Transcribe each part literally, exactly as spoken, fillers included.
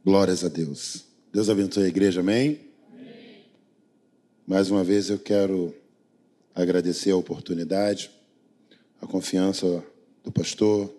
Glórias a Deus. Deus abençoe a igreja, amém? Amém. Mais uma vez eu quero agradecer a oportunidade, a confiança do pastor,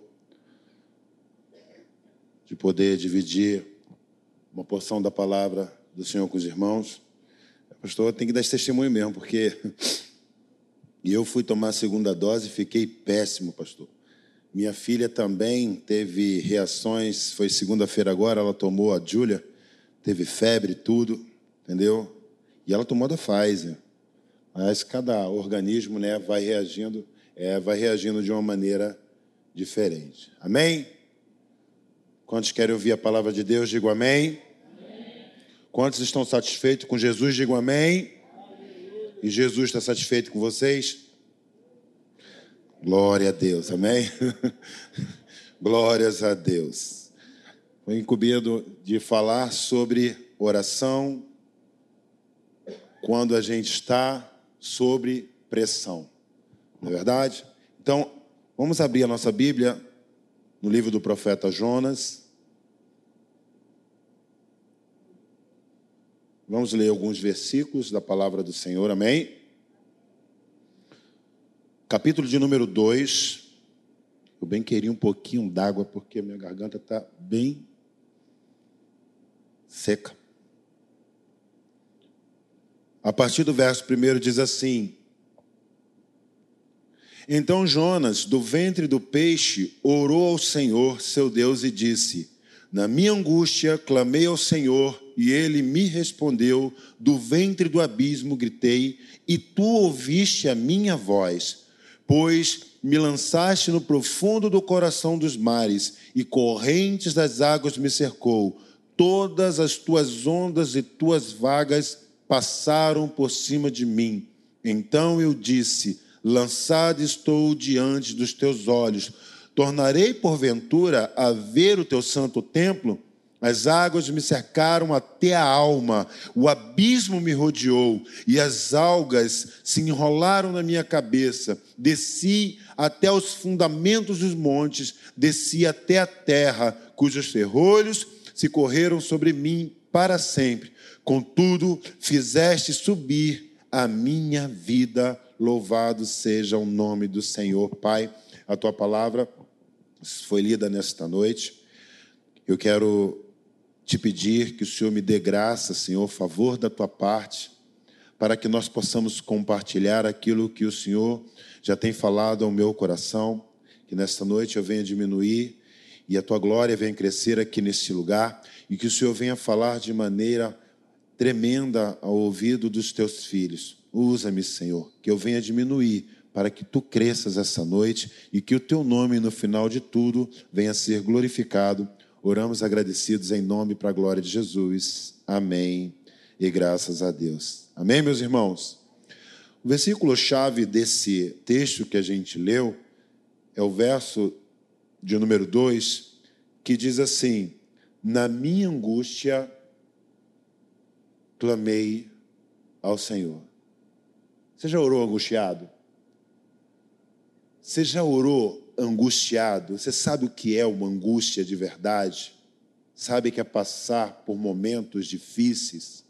de poder dividir uma porção da palavra do Senhor com os irmãos. O pastor tem que dar esse testemunho mesmo, porque eu fui tomar a segunda dose e fiquei péssimo, pastor. Minha filha também teve reações, foi segunda-feira agora, ela tomou a Júlia, teve febre e tudo, entendeu? E ela tomou da Pfizer. Mas cada organismo, né, vai reagindo, é, vai reagindo de uma maneira diferente. Amém? Quantos querem ouvir a palavra de Deus, digam amém. Amém. Quantos estão satisfeitos com Jesus, digam amém. Amém. E Jesus está satisfeito com vocês? Glória a Deus, amém? Glórias a Deus. Foi incumbido de falar sobre oração quando a gente está sobre pressão, não é verdade? Então, vamos abrir a nossa Bíblia no livro do profeta Jonas. Vamos ler alguns versículos da palavra do Senhor, amém? Capítulo de número dois. Eu bem queria um pouquinho d'água, porque minha garganta está bem seca. A partir do verso primeiro diz assim: Então Jonas, do ventre do peixe, orou ao Senhor, seu Deus, e disse: Na minha angústia clamei ao Senhor, e ele me respondeu. Do ventre do abismo gritei, e tu ouviste a minha voz. Pois me lançaste no profundo do coração dos mares, e correntes das águas me cercou. Todas as tuas ondas e tuas vagas passaram por cima de mim. Então eu disse: lançado estou diante dos teus olhos. Tornarei porventura a ver o teu santo templo? As águas me cercaram até a alma, o abismo me rodeou, e as algas se enrolaram na minha cabeça. Desci até os fundamentos dos montes, desci até a terra, cujos ferrolhos se correram sobre mim para sempre. Contudo, fizeste subir a minha vida. Louvado seja o nome do Senhor. Pai, a tua palavra foi lida nesta noite. Eu quero te pedir que o Senhor me dê graça, Senhor, favor da tua parte, para que nós possamos compartilhar aquilo que o Senhor já tem falado ao meu coração, que nesta noite eu venha diminuir e a tua glória venha crescer aqui nesse lugar, e que o Senhor venha falar de maneira tremenda ao ouvido dos teus filhos. Usa-me, Senhor, que eu venha diminuir, para que tu cresças essa noite e que o teu nome, no final de tudo, venha a ser glorificado. Oramos agradecidos em nome para a glória de Jesus. Amém. E graças a Deus. Amém, meus irmãos? O versículo-chave desse texto que a gente leu é o verso de número dois, que diz assim: Na minha angústia clamei ao Senhor. Você já orou angustiado? Você já orou angustiado? Você sabe o que é uma angústia de verdade? Sabe que é passar por momentos difíceis?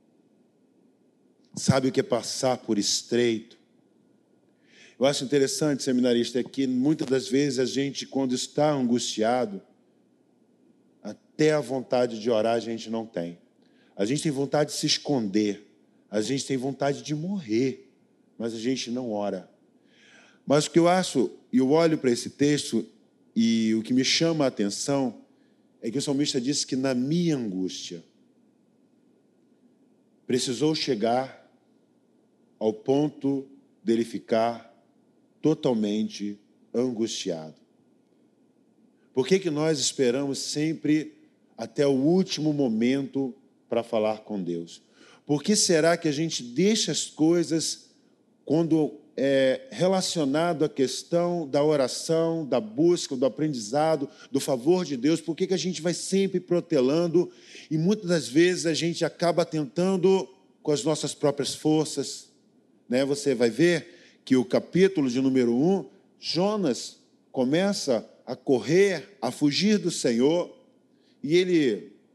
Sabe o que é passar por estreito? Eu acho interessante, seminarista, é que muitas das vezes a gente, quando está angustiado, até a vontade de orar a gente não tem. A gente tem vontade de se esconder, a gente tem vontade de morrer, mas a gente não ora. Mas o que eu acho, eu olho para esse texto e o que me chama a atenção é que o salmista disse que na minha angústia precisou chegar ao ponto dele ficar totalmente angustiado. Por que que nós esperamos sempre até o último momento para falar com Deus? Por que será que a gente deixa as coisas quando é relacionado à questão da oração, da busca, do aprendizado, do favor de Deus? Por que que a gente vai sempre protelando e muitas das vezes a gente acaba tentando com as nossas próprias forças, né? Você vai ver que o capítulo de número um, Jonas começa a correr, a fugir do Senhor, e ele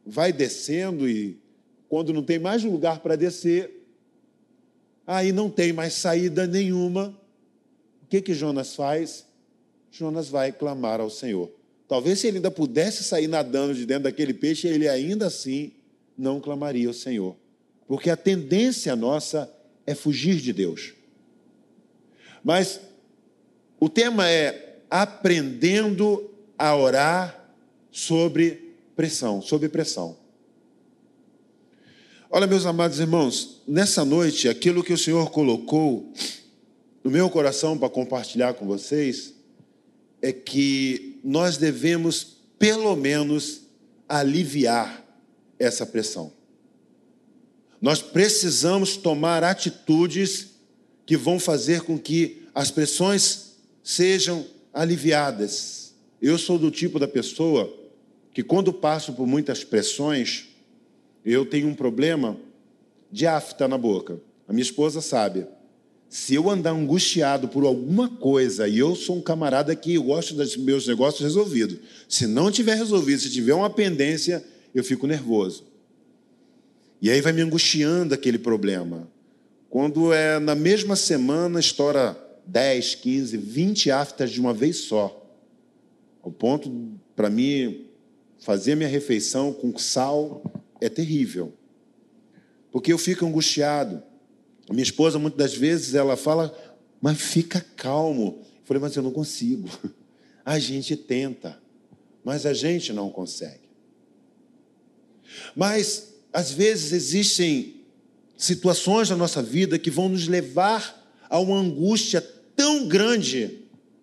vai descendo e quando não tem mais lugar para descer, aí não tem mais saída nenhuma. O que que Jonas faz? Jonas vai clamar ao Senhor. Talvez se ele ainda pudesse sair nadando de dentro daquele peixe, ele ainda assim não clamaria ao Senhor. Porque a tendência nossa é fugir de Deus. Mas o tema é aprendendo a orar sobre pressão, sob pressão. Olha, meus amados irmãos, nessa noite, aquilo que o Senhor colocou no meu coração para compartilhar com vocês é que nós devemos, pelo menos, aliviar essa pressão. Nós precisamos tomar atitudes que vão fazer com que as pressões sejam aliviadas. Eu sou do tipo da pessoa que, quando passo por muitas pressões, eu tenho um problema de afta na boca. A minha esposa sabe. Se eu andar angustiado por alguma coisa, e eu sou um camarada que eu gosto dos meus negócios resolvidos, se não tiver resolvido, se tiver uma pendência, eu fico nervoso. E aí vai me angustiando aquele problema. Quando é na mesma semana, estoura dez, quinze, vinte aftas de uma vez só. Ao ponto, para mim, fazer minha refeição com sal é terrível. Porque eu fico angustiado. Minha esposa, muitas das vezes, ela fala, mas fica calmo. Eu falei, mas eu não consigo. A gente tenta, mas a gente não consegue. Mas, às vezes, existem situações na nossa vida que vão nos levar a uma angústia tão grande.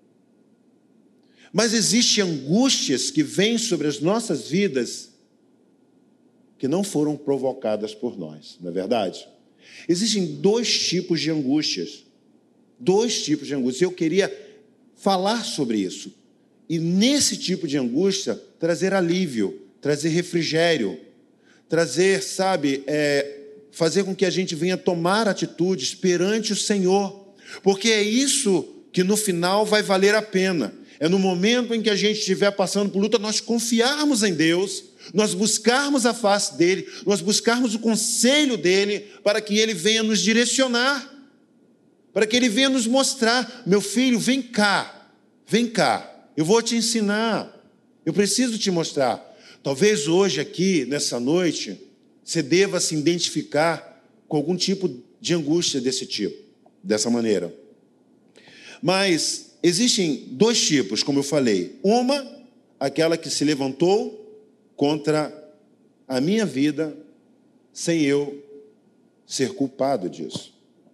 Mas existem angústias que vêm sobre as nossas vidas que não foram provocadas por nós, não é verdade? Existem dois tipos de angústias. Dois tipos de angústia. Eu queria falar sobre isso. E nesse tipo de angústia, trazer alívio, trazer refrigério, trazer, sabe, é, fazer com que a gente venha tomar atitudes perante o Senhor. Porque é isso que no final vai valer a pena. É no momento em que a gente estiver passando por luta, nós confiarmos em Deus, nós buscarmos a face dEle, nós buscarmos o conselho dEle, para que Ele venha nos direcionar, para que Ele venha nos mostrar, meu filho, vem cá, vem cá, eu vou te ensinar, eu preciso te mostrar. Talvez hoje aqui, nessa noite, você deva se identificar com algum tipo de angústia desse tipo, dessa maneira. Mas existem dois tipos, como eu falei. Uma, aquela que se levantou contra a minha vida, sem eu ser culpado disso.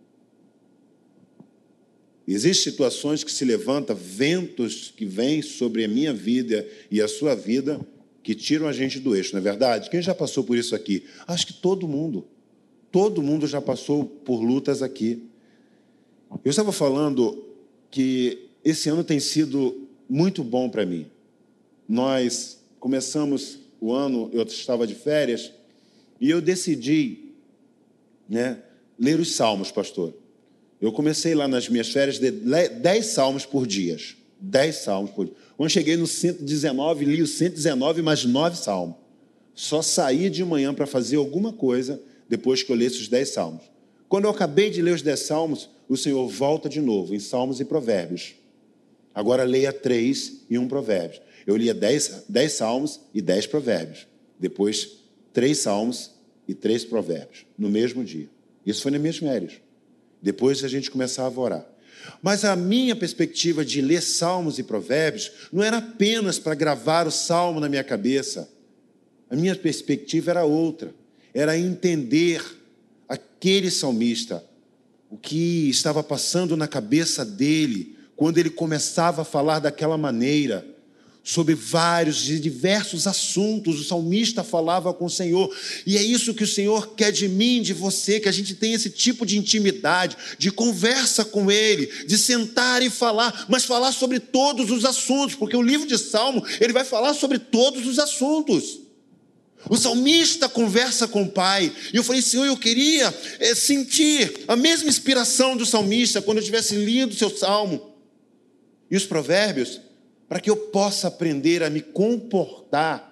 Existem situações que se levantam, ventos que vêm sobre a minha vida e a sua vida, que tiram a gente do eixo, não é verdade? Quem já passou por isso aqui? Acho que todo mundo. Todo mundo já passou por lutas aqui. Eu estava falando que esse ano tem sido muito bom para mim. Nós começamos o ano, eu estava de férias, e eu decidi, né, ler os salmos, pastor. Eu comecei lá nas minhas férias de dez salmos por dia. dez salmos por dia. Quando cheguei no cento e dezenove, li os cento e dezenove mais nove salmos. Só saí de manhã para fazer alguma coisa depois que eu lesse os dez salmos. Quando eu acabei de ler os dez salmos, o Senhor volta de novo em Salmos e Provérbios. Agora leia três e um Provérbios. Eu lia dez, dez salmos e dez provérbios. Depois, três salmos e três provérbios, no mesmo dia. Isso foi nas minhas férias. Depois a gente começava a orar. Mas a minha perspectiva de ler salmos e provérbios não era apenas para gravar o salmo na minha cabeça. A minha perspectiva era outra. Era entender aquele salmista, o que estava passando na cabeça dele, quando ele começava a falar daquela maneira, sobre vários e diversos assuntos, o salmista falava com o Senhor, e é isso que o Senhor quer de mim, de você, que a gente tenha esse tipo de intimidade, de conversa com Ele, de sentar e falar, mas falar sobre todos os assuntos, porque o livro de Salmo, ele vai falar sobre todos os assuntos. O salmista conversa com o Pai, e eu falei, Senhor, eu queria é, sentir a mesma inspiração do salmista, quando eu tivesse lido o seu salmo, e os provérbios, para que eu possa aprender a me comportar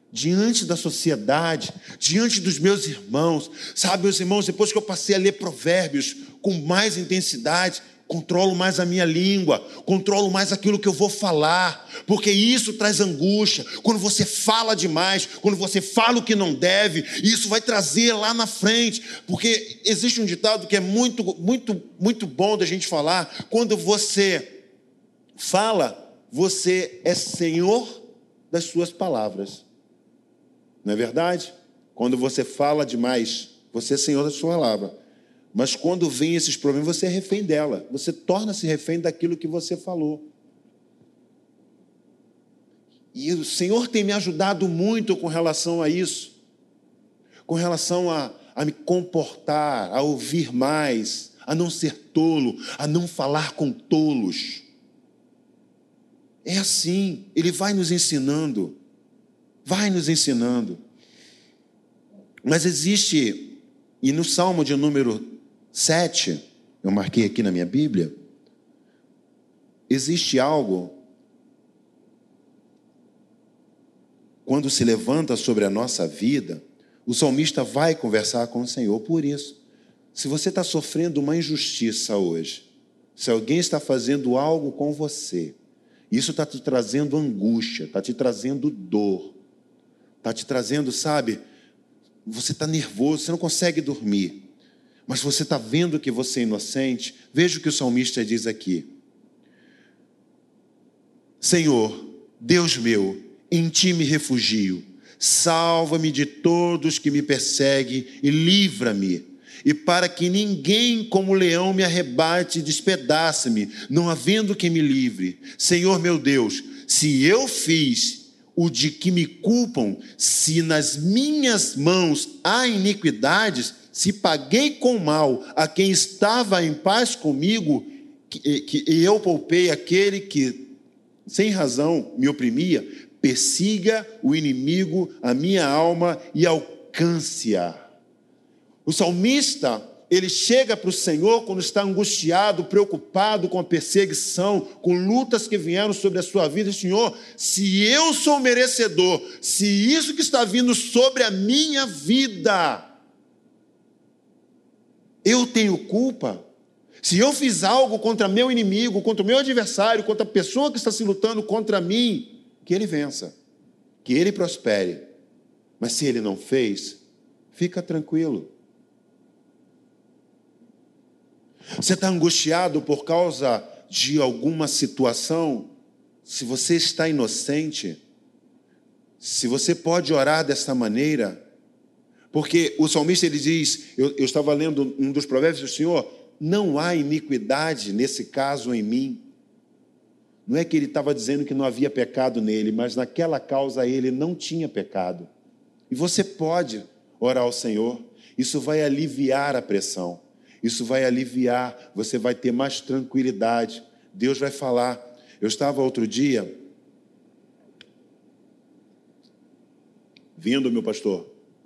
diante da sociedade, diante dos meus irmãos. Sabe, meus irmãos, depois que eu passei a ler Provérbios com mais intensidade, controlo mais a minha língua, controlo mais aquilo que eu vou falar, porque isso traz angústia. Quando você fala demais, quando você fala o que não deve, isso vai trazer lá na frente, porque existe um ditado que é muito, muito, muito bom da gente falar: quando você fala, você é senhor das suas palavras. Não é verdade? Quando você fala demais, você é senhor da sua palavra. Mas quando vem esses problemas, você é refém dela. Você torna-se refém daquilo que você falou. E o Senhor tem me ajudado muito com relação a isso. Com relação a, a me comportar, a ouvir mais, a não ser tolo, a não falar com tolos. É assim, Ele vai nos ensinando. Vai nos ensinando. Mas existe, e no Salmo de número sete, eu marquei aqui na minha Bíblia, existe algo, quando se levanta sobre a nossa vida, o salmista vai conversar com o Senhor. Por isso, se você está sofrendo uma injustiça hoje, se alguém está fazendo algo com você, isso está te trazendo angústia, está te trazendo dor, está te trazendo, sabe, você está nervoso, você não consegue dormir, mas você está vendo que você é inocente. Veja o que o salmista diz aqui: Senhor, Deus meu, em ti me refugio, salva-me de todos que me perseguem e livra-me, e para que ninguém como leão me arrebate, despedaça-me, não havendo quem me livre. Senhor meu Deus, se eu fiz o de que me culpam, se nas minhas mãos há iniquidades, se paguei com mal a quem estava em paz comigo, que, que e eu poupei aquele que sem razão me oprimia, persiga o inimigo a minha alma e alcance-a. O salmista, ele chega para o Senhor quando está angustiado, preocupado com a perseguição, com lutas que vieram sobre a sua vida. Senhor, se eu sou merecedor, se isso que está vindo sobre a minha vida, eu tenho culpa, se eu fiz algo contra meu inimigo, contra o meu adversário, contra a pessoa que está se lutando contra mim, que ele vença, que ele prospere. Mas se ele não fez, fica tranquilo. Você está angustiado por causa de alguma situação? Se você está inocente, se você pode orar dessa maneira, porque o salmista, ele diz, eu, eu estava lendo um dos provérbios do Senhor, não há iniquidade nesse caso em mim. Não é que ele estava dizendo que não havia pecado nele, mas naquela causa ele não tinha pecado. E você pode orar ao Senhor, isso vai aliviar a pressão, isso vai aliviar, você vai ter mais tranquilidade, Deus vai falar. Eu estava outro dia, vindo, meu pastor,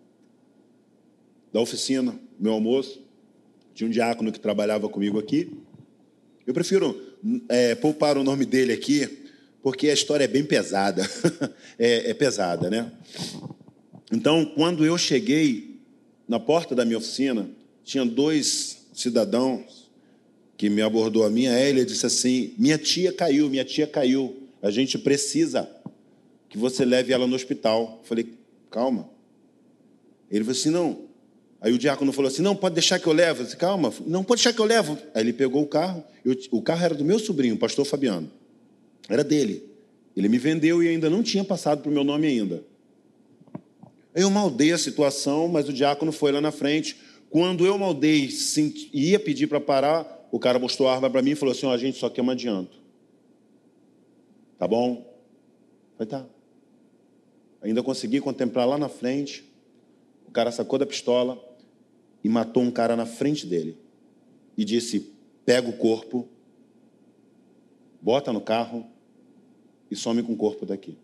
da oficina, meu almoço, tinha um diácono que trabalhava comigo aqui. Eu prefiro é, poupar o nome dele aqui, porque a história é bem pesada, é, é pesada, né? Então, quando eu cheguei na porta da minha oficina, tinha dois cidadãos que me abordou a minha, Hélia, disse assim: minha tia caiu, minha tia caiu, a gente precisa que você leve ela no hospital. Eu falei, calma. Ele falou assim, não. Aí o diácono falou assim, não, pode deixar que eu levo. Eu disse, calma, não, pode deixar que eu levo. Aí ele pegou o carro, eu, o carro era do meu sobrinho, o pastor Fabiano, era dele. Ele me vendeu e ainda não tinha passado para o meu nome ainda. Eu maldei a situação, mas o diácono foi lá na frente. Quando eu maldei e ia pedir para parar, o cara mostrou a arma para mim e falou assim, ó, gente, só quer um adianto. Tá bom? Eu falei, tá. Ainda consegui contemplar lá na frente. O cara sacou da pistola e matou um cara na frente dele. E disse, pega o corpo, bota no carro e some com o corpo daqui.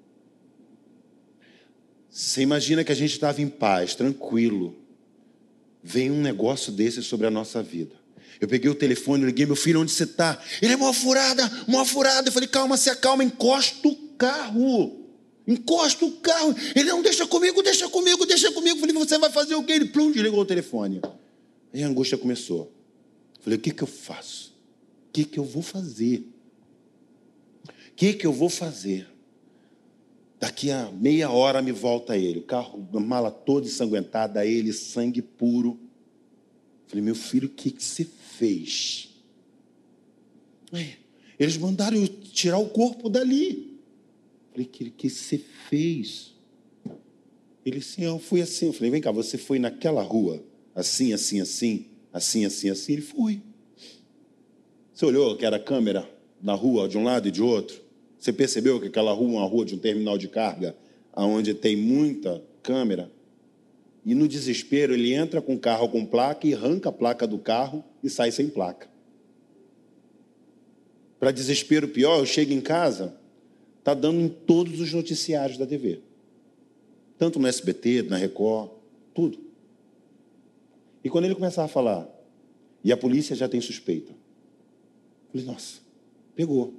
Você imagina que a gente estava em paz, tranquilo. Vem um negócio desse sobre a nossa vida. Eu peguei o telefone, liguei, meu filho, onde você está? Ele é mó furada, mó furada. Eu falei, calma, se acalma, encosta o carro. encosta o carro. Ele, não, deixa comigo, deixa comigo, deixa comigo. Eu falei, você vai fazer o quê? Ele, plum, desligou o telefone. Aí a angústia começou. Eu falei, o que que eu faço? O que que eu vou fazer? O que que eu vou fazer? Daqui a meia hora me volta ele, o carro, a mala toda ensanguentada, ele, sangue puro. Falei, meu filho, o que que você fez? Eles mandaram eu tirar o corpo dali. Falei, o que que você fez? Ele, sim, eu fui assim. Eu falei, vem cá, você foi naquela rua, assim, assim, assim, assim, assim, assim? Ele foi. Você olhou que era câmera na rua, de um lado e de outro? Você percebeu que aquela rua é uma rua de um terminal de carga, onde tem muita câmera? E no desespero, ele entra com o carro com placa e arranca a placa do carro e sai sem placa. Para desespero pior, eu chego em casa, está dando em todos os noticiários da T V. Tanto no S B T, na Record, tudo. E quando ele começava a falar, e a polícia já tem suspeita, eu falei, nossa, pegou.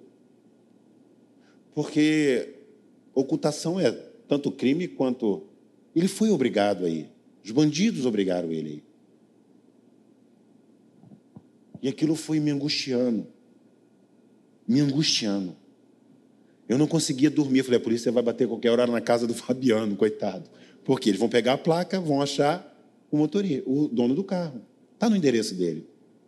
Porque ocultação é tanto crime quanto... Ele foi obrigado a ir. Os bandidos obrigaram ele a ir. E aquilo foi me angustiando. Me angustiando. Eu não conseguia dormir. Eu falei, a polícia vai bater qualquer hora na casa do Fabiano, coitado. Porque eles vão pegar a placa, vão achar o motorista, o dono do carro. Está no endereço dele.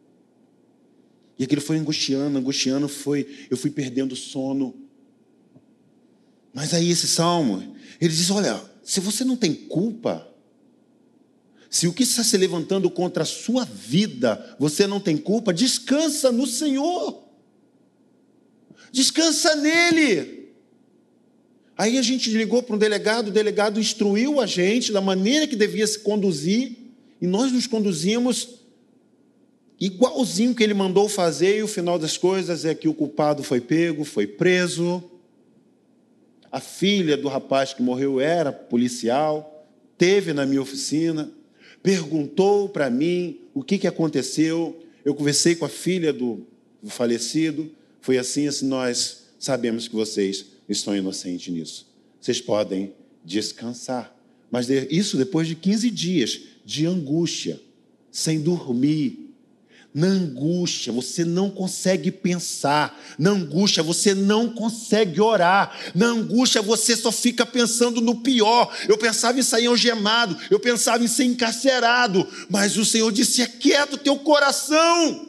E aquilo foi angustiando, angustiando, foi... Eu fui perdendo sono. Mas aí esse salmo, ele diz, olha, se você não tem culpa, se o que está se levantando contra a sua vida, você não tem culpa, descansa no Senhor. Descansa nele. Aí a gente ligou para um delegado, o delegado instruiu a gente da maneira que devia se conduzir, e nós nos conduzimos igualzinho que ele mandou fazer, e o final das coisas é que o culpado foi pego, foi preso. A filha do rapaz que morreu era policial, esteve na minha oficina, perguntou para mim o que, que aconteceu. Eu conversei com a filha do, do falecido, foi assim, assim, nós sabemos que vocês estão inocentes nisso. Vocês podem descansar. Mas isso depois de quinze dias de angústia, sem dormir. Na angústia, você não consegue pensar. Na angústia, você não consegue orar. Na angústia, você só fica pensando no pior. Eu pensava em sair algemado. Eu pensava em ser encarcerado. Mas o Senhor disse, aquieta o teu coração.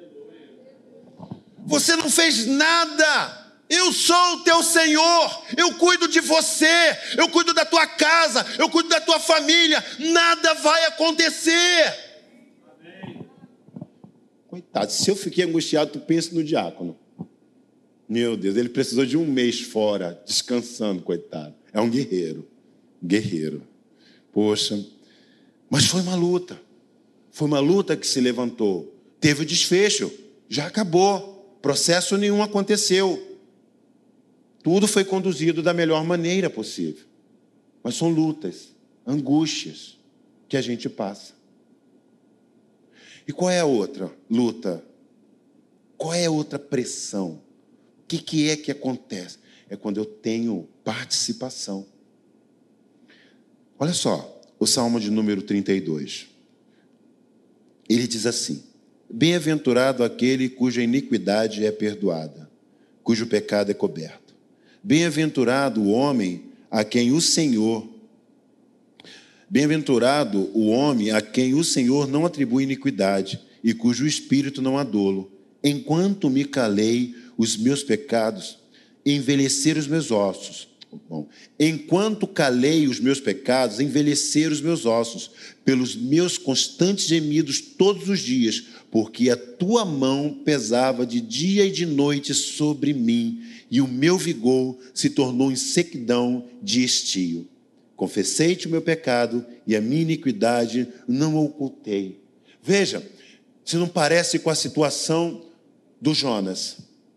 Você não fez nada. Eu sou o teu Senhor. Eu cuido de você. Eu cuido da tua casa. Eu cuido da tua família. Nada vai acontecer. Coitado, se eu fiquei angustiado, tu pensa no diácono. Meu Deus, ele precisou de um mês fora, descansando, coitado. É um guerreiro, guerreiro. Poxa, mas foi uma luta. Foi uma luta que se levantou. Teve o desfecho, já acabou. Processo nenhum aconteceu. Tudo foi conduzido da melhor maneira possível. Mas são lutas, angústias que a gente passa. E qual é a outra luta? Qual é a outra pressão? O que, que é que acontece? É quando eu tenho participação. Olha só, o Salmo de número trinta e dois. Ele diz assim, bem-aventurado aquele cuja iniquidade é perdoada, cujo pecado é coberto. Bem-aventurado o homem a quem o Senhor Bem-aventurado o homem a quem o Senhor não atribui iniquidade e cujo espírito não há dolo. Enquanto me calei, os meus pecados envelheceram os meus ossos. Bom, enquanto calei os meus pecados, envelheceram os meus ossos, pelos meus constantes gemidos todos os dias, porque a tua mão pesava de dia e de noite sobre mim, e o meu vigor se tornou em sequidão de estio. Confessei-te o meu pecado e a minha iniquidade não ocultei. Veja, se não parece com a situação do Jonas.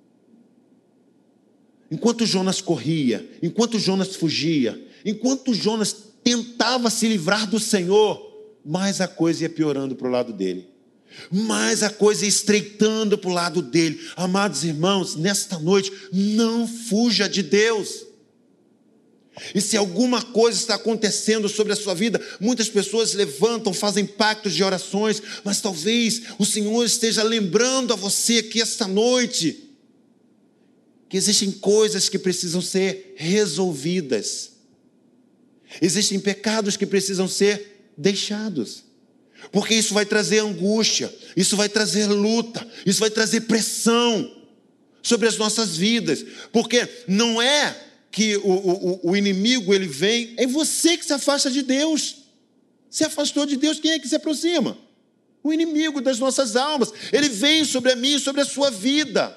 Enquanto Jonas corria, enquanto Jonas fugia, enquanto Jonas tentava se livrar do Senhor, mais a coisa ia piorando para o lado dele. Mais a coisa ia estreitando para o lado dele. Amados irmãos, nesta noite, não fuja de Deus. E se alguma coisa está acontecendo sobre a sua vida, muitas pessoas levantam, fazem pactos de orações, mas talvez o Senhor esteja lembrando a você aqui esta noite que existem coisas que precisam ser resolvidas. Existem pecados que precisam ser deixados. Porque isso vai trazer angústia, isso vai trazer luta, isso vai trazer pressão sobre as nossas vidas. Porque não é que o, o, o inimigo ele vem, é você que se afasta de Deus. Se afastou de Deus, quem é que se aproxima? O inimigo das nossas almas. Ele vem sobre a minha e sobre a sua vida.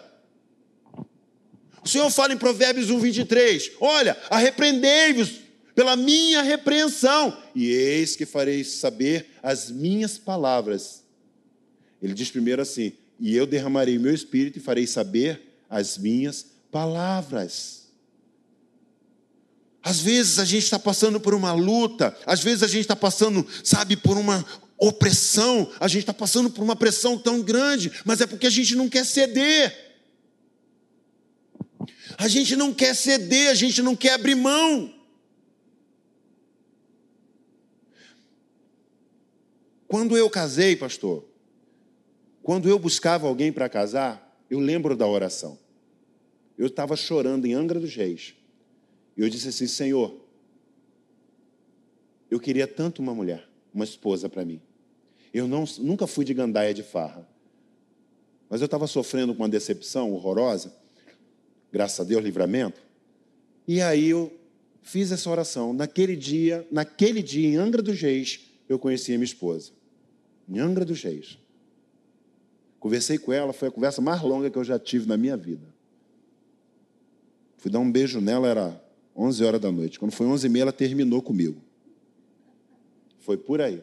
O Senhor fala em Provérbios um, vinte e três, olha, arrependei-vos pela minha repreensão, e eis que farei saber as minhas palavras. Ele diz primeiro assim, e eu derramarei o meu espírito e farei saber as minhas palavras. Às vezes a gente está passando por uma luta, às vezes a gente está passando, sabe, por uma opressão, a gente está passando por uma pressão tão grande, mas é porque a gente não quer ceder. A gente não quer ceder, a gente não quer abrir mão. Quando eu casei, pastor, quando eu buscava alguém para casar, eu lembro da oração. Eu estava chorando em Angra dos Reis. E eu disse assim, Senhor, eu queria tanto uma mulher, uma esposa para mim. Eu não, nunca fui de gandaia de farra. Mas eu estava sofrendo com uma decepção horrorosa, graças a Deus, livramento. E aí eu fiz essa oração. Naquele dia, naquele dia, em Angra dos Reis, eu conheci a minha esposa. Em Angra dos Reis. Conversei com ela, foi a conversa mais longa que eu já tive na minha vida. Fui dar um beijo nela, era onze horas da noite. Quando foi onze e meia, ela terminou comigo. Foi por aí.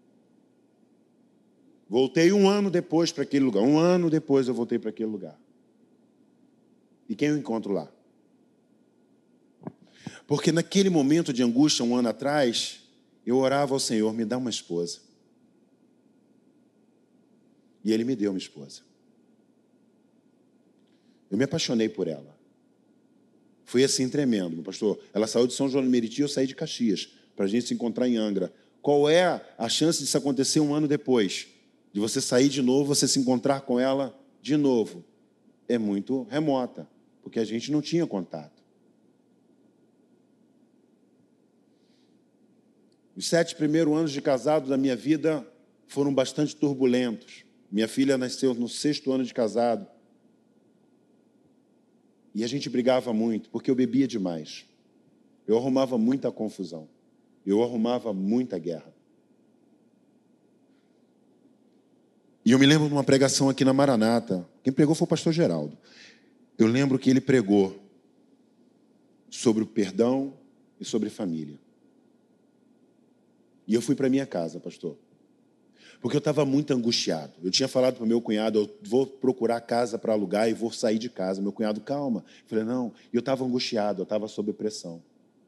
Voltei um ano depois para aquele lugar. Um ano depois eu voltei para aquele lugar. E quem eu encontro lá? Porque naquele momento de angústia, um ano atrás, eu orava ao Senhor, me dá uma esposa. E Ele me deu uma esposa. Eu me apaixonei por ela. Foi assim tremendo, meu pastor. Ela saiu de São João do Meriti, eu saí de Caxias, para a gente se encontrar em Angra. Qual é a chance disso acontecer um ano depois? De você sair de novo, você se encontrar com ela de novo? É muito remota, porque a gente não tinha contato. Os sete primeiros anos de casado da minha vida foram bastante turbulentos. Minha filha nasceu no sexto ano de casado. E a gente brigava muito, porque eu bebia demais. Eu arrumava muita confusão. Eu arrumava muita guerra. E eu me lembro de uma pregação aqui na Maranata. Quem pregou foi o pastor Geraldo. Eu lembro que ele pregou sobre o perdão e sobre família. E eu fui para minha casa, pastor. Porque eu estava muito angustiado. Eu tinha falado para o meu cunhado, eu vou procurar casa para alugar e vou sair de casa. Meu cunhado, calma. Eu falei, não. E eu estava angustiado, eu estava sob pressão.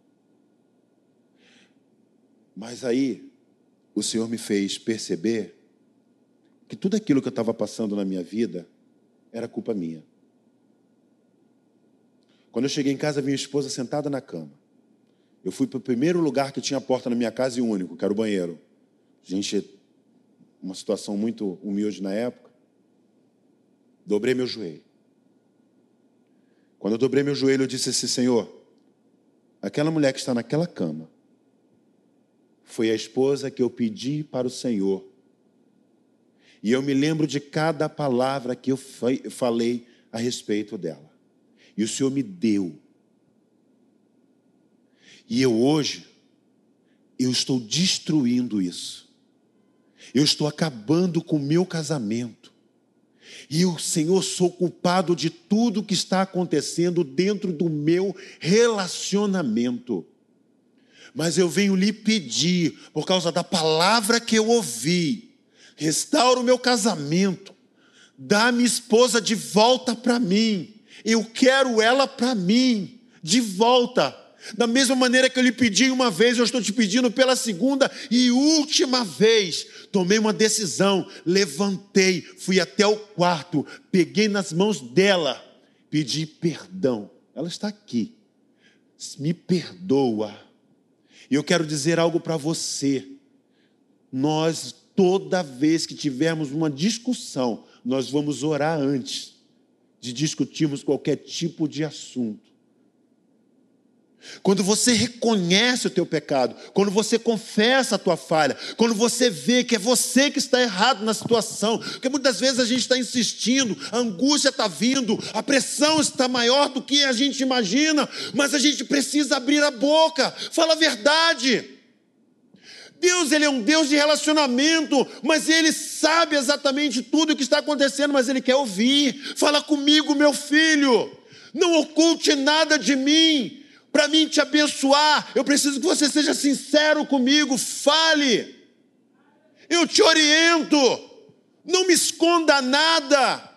Mas aí, o Senhor me fez perceber que tudo aquilo que eu estava passando na minha vida era culpa minha. Quando eu cheguei em casa, vi minha esposa sentada na cama. Eu fui para o primeiro lugar que tinha porta na minha casa e único, que era o banheiro. Gente, uma situação muito humilde na época. Dobrei meu joelho. Quando eu dobrei meu joelho, eu disse assim, Senhor, aquela mulher que está naquela cama foi a esposa que eu pedi para o Senhor. E eu me lembro de cada palavra que eu falei a respeito dela. E o Senhor me deu. E eu hoje, eu estou destruindo isso. Eu estou acabando com o meu casamento. E eu, Senhor, sou culpado de tudo que está acontecendo dentro do meu relacionamento. Mas eu venho lhe pedir, por causa da palavra que eu ouvi, restaura o meu casamento, dá minha esposa de volta para mim. Eu quero ela para mim, de volta. Da mesma maneira que eu lhe pedi uma vez, eu estou te pedindo pela segunda e última vez. Tomei uma decisão, levantei, fui até o quarto, peguei nas mãos dela, pedi perdão. Ela está aqui. me perdoa. E eu quero dizer algo para você. Nós, toda vez que tivermos uma discussão, nós vamos orar antes de discutirmos qualquer tipo de assunto. Quando você reconhece o teu pecado, quando você confessa a tua falha, quando você vê que é você que está errado na situação, porque muitas vezes a gente está insistindo, a angústia está vindo, a pressão está maior do que a gente imagina, mas a gente precisa abrir a boca, fala a verdade. Deus, Ele é um Deus de relacionamento, mas Ele sabe exatamente tudo o que está acontecendo, mas Ele quer ouvir. Fala comigo, meu filho, não oculte nada de mim. Para mim te abençoar, eu preciso que você seja sincero comigo, fale. Eu te oriento, não me esconda nada.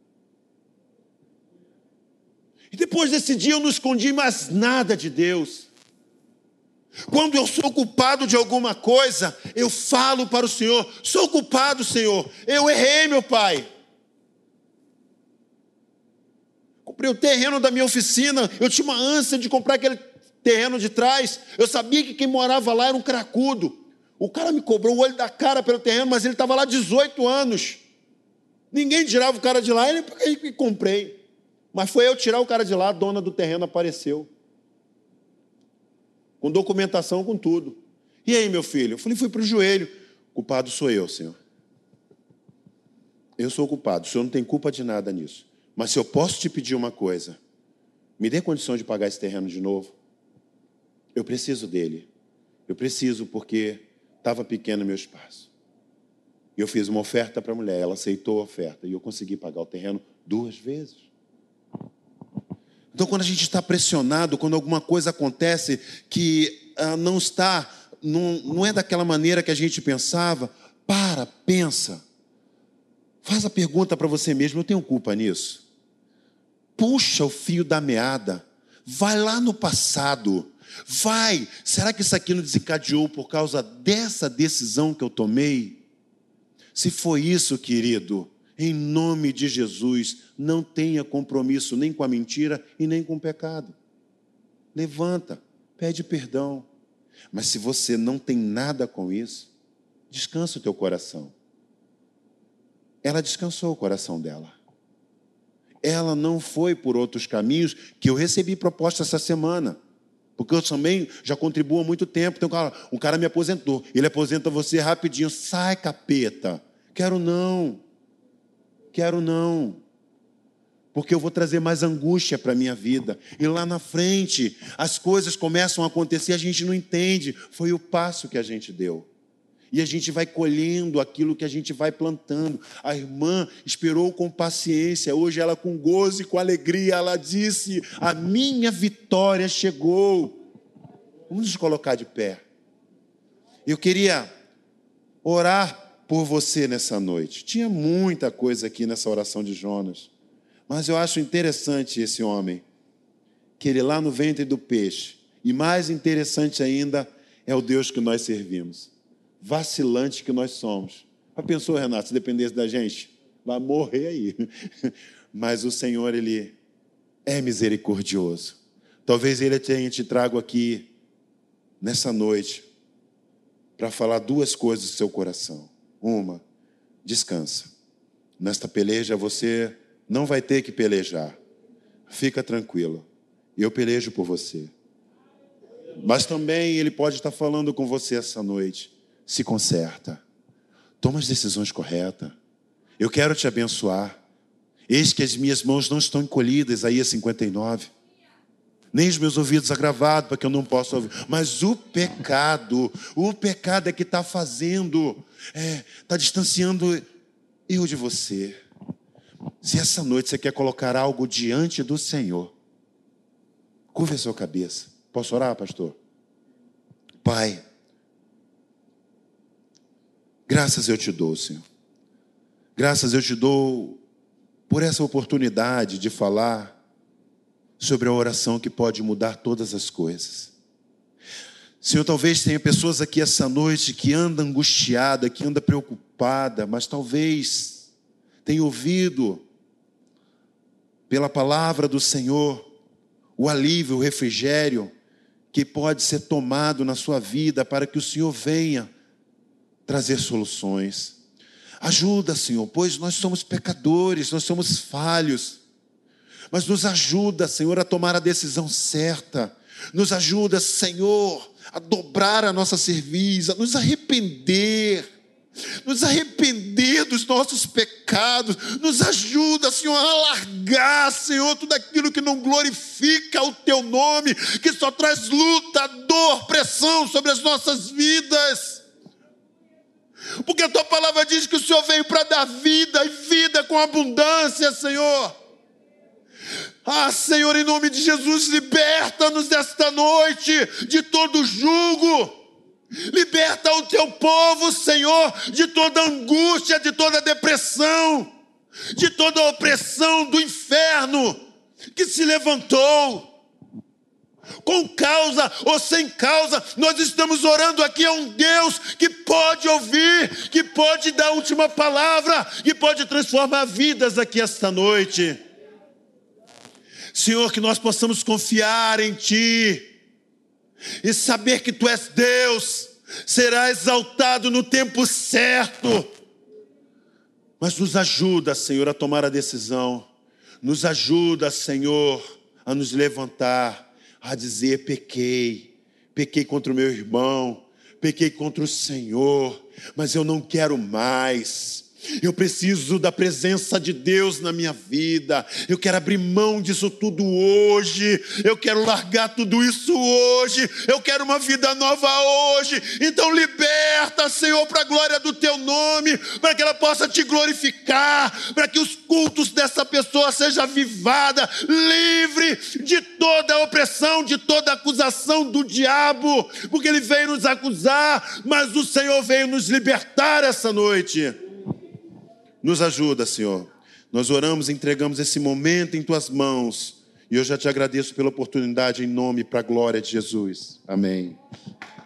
E depois desse dia eu não escondi mais nada de Deus. Quando eu sou culpado de alguma coisa, eu falo para o Senhor, sou culpado, Senhor, eu errei, meu Pai. Comprei o terreno da minha oficina, eu tinha uma ânsia de comprar aquele terreno de trás, eu sabia que quem morava lá era um cracudo. O cara me cobrou o olho da cara pelo terreno, mas ele estava lá dezoito anos. Ninguém tirava o cara de lá, ele e comprei. Mas foi eu tirar o cara de lá, a dona do terreno apareceu. Com documentação, com tudo. E aí, meu filho? Eu falei, fui para o joelho. Culpado sou eu, Senhor. Eu sou o culpado, o Senhor não tem culpa de nada nisso. Mas se eu posso te pedir uma coisa, me dê condição de pagar esse terreno de novo. Eu preciso dele. Eu preciso porque estava pequeno o meu espaço. E eu fiz uma oferta para a mulher, ela aceitou a oferta e eu consegui pagar o terreno duas vezes. Então, quando a gente está pressionado, quando alguma coisa acontece que ah, não está, não, não é daquela maneira que a gente pensava, para, pensa. Faz a pergunta para você mesmo, eu tenho culpa nisso? Puxa o fio da meada, vai lá no passado, vai, será que isso aqui não desencadeou por causa dessa decisão que eu tomei? Se foi isso, querido, em nome de Jesus, não tenha compromisso nem com a mentira e nem com o pecado. Levanta, pede perdão. Mas se você não tem nada com isso, descansa o teu coração. Ela descansou o coração dela. Ela não foi por outros caminhos, que eu recebi proposta essa semana. Porque eu também já contribuo há muito tempo. Então, um cara, um cara me aposentou. Ele aposenta você rapidinho. Sai, capeta. Quero não. Quero não. Porque eu vou trazer mais angústia para a minha vida. E lá na frente, as coisas começam a acontecer, a gente não entende. Foi o passo que a gente deu. E a gente vai colhendo aquilo que a gente vai plantando. A irmã esperou com paciência. Hoje ela com gozo e com alegria, ela disse, a minha vitória chegou. Vamos nos colocar de pé. Eu queria orar por você nessa noite. Tinha muita coisa aqui nessa oração de Jonas. Mas eu acho interessante esse homem. Que ele lá no ventre do peixe. E mais interessante ainda é o Deus que nós servimos. Vacilante que nós somos. Já pensou, Renato, se dependesse da gente? Vai morrer aí. Mas o Senhor, Ele é misericordioso. Talvez Ele tenha te trago aqui, nessa noite, para falar duas coisas do seu coração. Uma, descansa. Nesta peleja você não vai ter que pelejar. Fica tranquilo. Eu pelejo por você. Mas também Ele pode estar falando com você essa noite. Se conserta, toma as decisões corretas, eu quero te abençoar, eis que as minhas mãos não estão encolhidas, Isaías cinquenta e nove, nem os meus ouvidos agravados, para que eu não possa ouvir, mas o pecado, o pecado é que está fazendo, é, está distanciando eu de você. Se essa noite você quer colocar algo diante do Senhor, curva a sua cabeça, posso orar, pastor? Pai, graças eu te dou, Senhor. Graças eu te dou por essa oportunidade de falar sobre a oração que pode mudar todas as coisas. Senhor, talvez tenha pessoas aqui essa noite que andam angustiada, que andam preocupada, mas talvez tenha ouvido pela palavra do Senhor o alívio, o refrigério, que pode ser tomado na sua vida para que o Senhor venha trazer soluções. Ajuda, Senhor, pois nós somos pecadores, nós somos falhos. Mas nos ajuda, Senhor, a tomar a decisão certa. Nos ajuda, Senhor, a dobrar a nossa cerviz, a nos arrepender. Nos arrepender dos nossos pecados. Nos ajuda, Senhor, a largar, Senhor, tudo aquilo que não glorifica o Teu nome, que só traz luta, dor, pressão sobre as nossas vidas. Porque a Tua palavra diz que o Senhor veio para dar vida, e vida com abundância, Senhor. Ah, Senhor, em nome de Jesus, liberta-nos desta noite de todo jugo. Liberta o Teu povo, Senhor, de toda angústia, de toda depressão, de toda opressão do inferno que se levantou. Com causa ou sem causa, nós estamos orando aqui a um Deus que pode ouvir, que pode dar a última palavra, que pode transformar vidas aqui esta noite. Senhor, que nós possamos confiar em Ti e saber que Tu és Deus, será exaltado no tempo certo. Mas nos ajuda, Senhor, a tomar a decisão. Nos ajuda, Senhor, a nos levantar, a dizer: pequei, pequei contra o meu irmão, pequei contra o Senhor, mas eu não quero mais. Eu preciso da presença de Deus na minha vida. Eu quero abrir mão disso tudo hoje. Eu quero largar tudo isso hoje. Eu quero uma vida nova hoje. Então liberta, Senhor, para a glória do Teu nome, para que ela possa Te glorificar, para que os cultos dessa pessoa sejam avivados, livre de toda opressão, de toda acusação do diabo, porque ele veio nos acusar, mas o Senhor veio nos libertar essa noite. Nos ajuda, Senhor. Nós oramos e entregamos esse momento em Tuas mãos. E eu já Te agradeço pela oportunidade em nome e para a glória de Jesus. Amém.